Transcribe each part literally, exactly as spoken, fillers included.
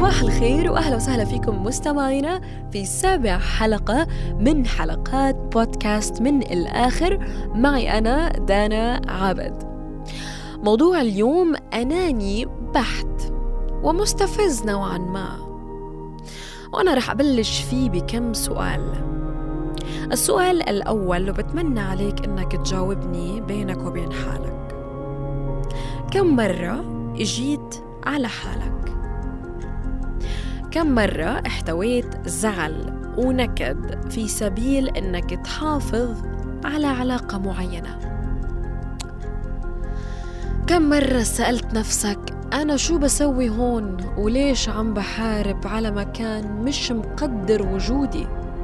صباح الخير وأهلا وسهلا فيكم مستمعينا في سابع حلقة من حلقات بودكاست من الآخر. معي أنا دانا عابد. موضوع اليوم أناني بحت ومستفز نوعا ما، وأنا رح أبلش فيه بكم سؤال. السؤال الأول، وبتمنى عليك أنك تجاوبني بينك وبين حالك: كم مرة اجيت على حالك؟ كم مرة احتويت زعل ونكد في سبيل أنك تحافظ على علاقة معينة؟ كم مرة سألت نفسك أنا شو بسوي هون وليش عم بحارب على مكان مش مقدر وجودي؟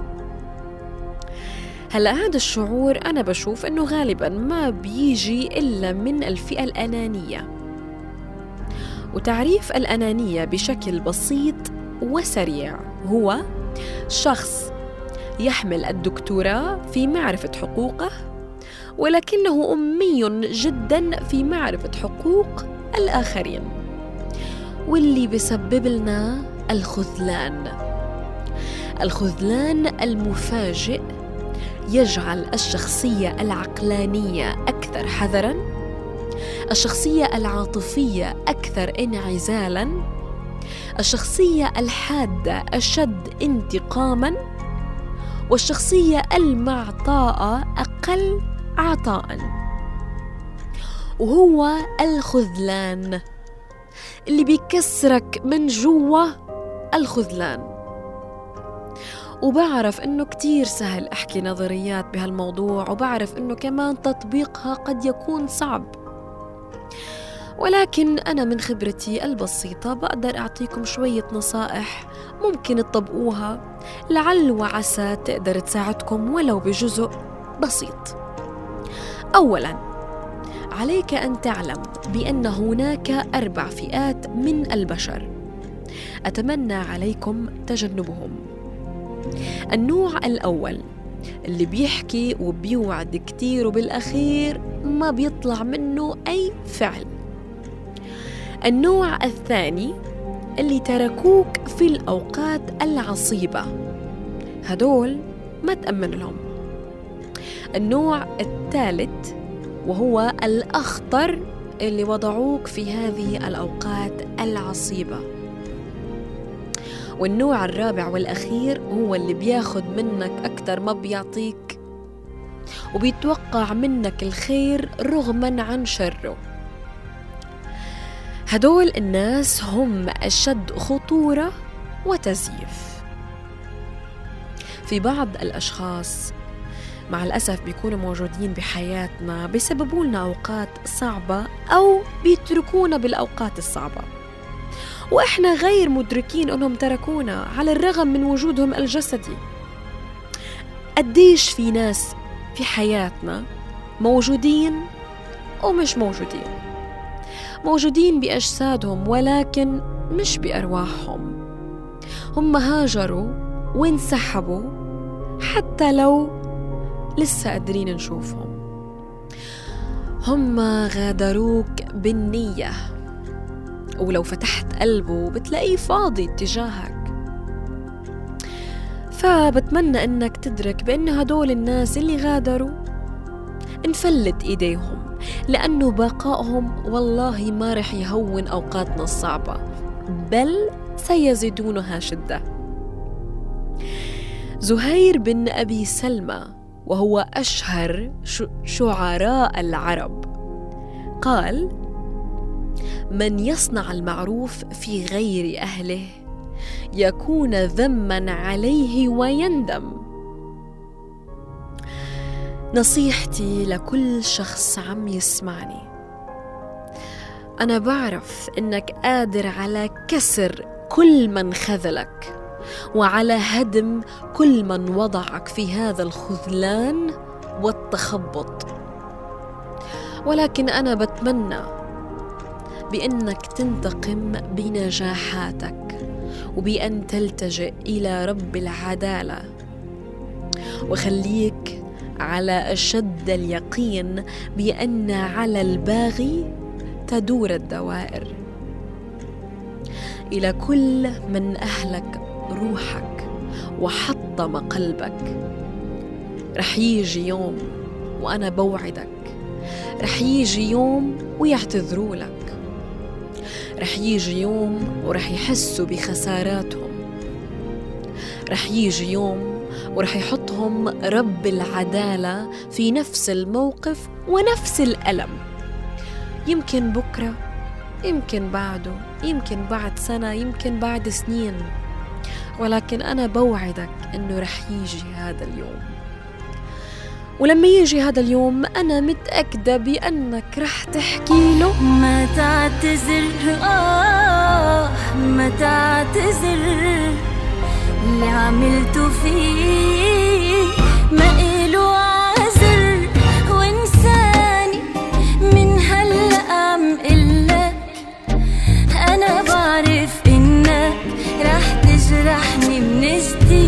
هلأ هذا الشعور أنا بشوف أنه غالباً ما بيجي إلا من الفئة الأنانية. وتعريف الأنانية بشكل بسيط وسريع هو شخص يحمل الدكتوراه في معرفة حقوقه ولكنه أمي جدا في معرفة حقوق الآخرين، واللي بيسبب لنا الخذلان. الخذلان المفاجئ يجعل الشخصية العقلانية أكثر حذراً، الشخصية العاطفية أكثر انعزالاً، الشخصية الحادة أشد انتقاماً، والشخصية المعطاءة أقل عطاءً. وهو الخذلان اللي بيكسرك من جوا. الخذلان. وبعرف إنه كتير سهل أحكي نظريات بهالموضوع، وبعرف إنه كمان تطبيقها قد يكون صعب، ولكن أنا من خبرتي البسيطة بقدر أعطيكم شوية نصائح ممكن تطبقوها، لعل وعسى تقدر تساعدكم ولو بجزء بسيط. أولاً، عليك أن تعلم بأن هناك أربع فئات من البشر أتمنى عليكم تجنبهم. النوع الأول اللي بيحكي وبيوعد كتير وبالأخير ما بيطلع منه أي فعل. النوع الثاني اللي تركوك في الأوقات العصيبة، هدول ما تأمن لهم. النوع الثالث وهو الأخطر اللي وضعوك في هذه الأوقات العصيبة. والنوع الرابع والأخير هو اللي بياخد منك أكتر ما بيعطيك وبيتوقع منك الخير رغما عن شره. هدول الناس هم أشد خطورة وتزييف. في بعض الأشخاص مع الأسف بيكونوا موجودين بحياتنا بيسببوا لنا أوقات صعبة أو بيتركونا بالأوقات الصعبة، وإحنا غير مدركين أنهم تركونا على الرغم من وجودهم الجسدي. قديش في ناس في حياتنا موجودين ومش موجودين، موجودين بأجسادهم ولكن مش بأرواحهم. هم هاجروا وانسحبوا حتى لو لسه قادرين نشوفهم. هم غادروك بالنية، ولو فتحت قلبه بتلاقيه فاضي تجاهك. فبتمنى انك تدرك بأن هدول الناس اللي غادروا انفلت ايديهم، لأنه بقائهم والله ما رح يهون أوقاتنا الصعبة، بل سيزيدونها شدة. زهير بن أبي سلمى، وهو أشهر شعراء العرب، قال: من يصنع المعروف في غير أهله يكون ذماً عليه ويندم. نصيحتي لكل شخص عم يسمعني، أنا بعرف إنك قادر على كسر كل من خذلك وعلى هدم كل من وضعك في هذا الخذلان والتخبط، ولكن أنا بتمنى بأنك تنتقم بنجاحاتك وبأن تلتجئ إلى رب العدالة، وخليك على أشد اليقين بأن على الباغي تدور الدوائر. إلى كل من أهلك روحك وحطم قلبك، رح يجي يوم وأنا بوعدك رح يجي يوم ويعتذروا لك، رح يجي يوم ورح يحسوا بخساراتهم، رح يجي يوم ورح يحطهم رب العدالة في نفس الموقف ونفس الألم. يمكن بكرة، يمكن بعده، يمكن بعد سنة، يمكن بعد سنين، ولكن أنا بوعدك إنه رح يجي هذا اليوم. ولما يجي هذا اليوم أنا متأكدة بأنك رح تحكي له ما تعتذر، آه ما تعتذر، اللي عملته فيه ما إله عذر، وانساني من هلأ عم قلك أنا بعرف إنك رح تجرحني من جديد.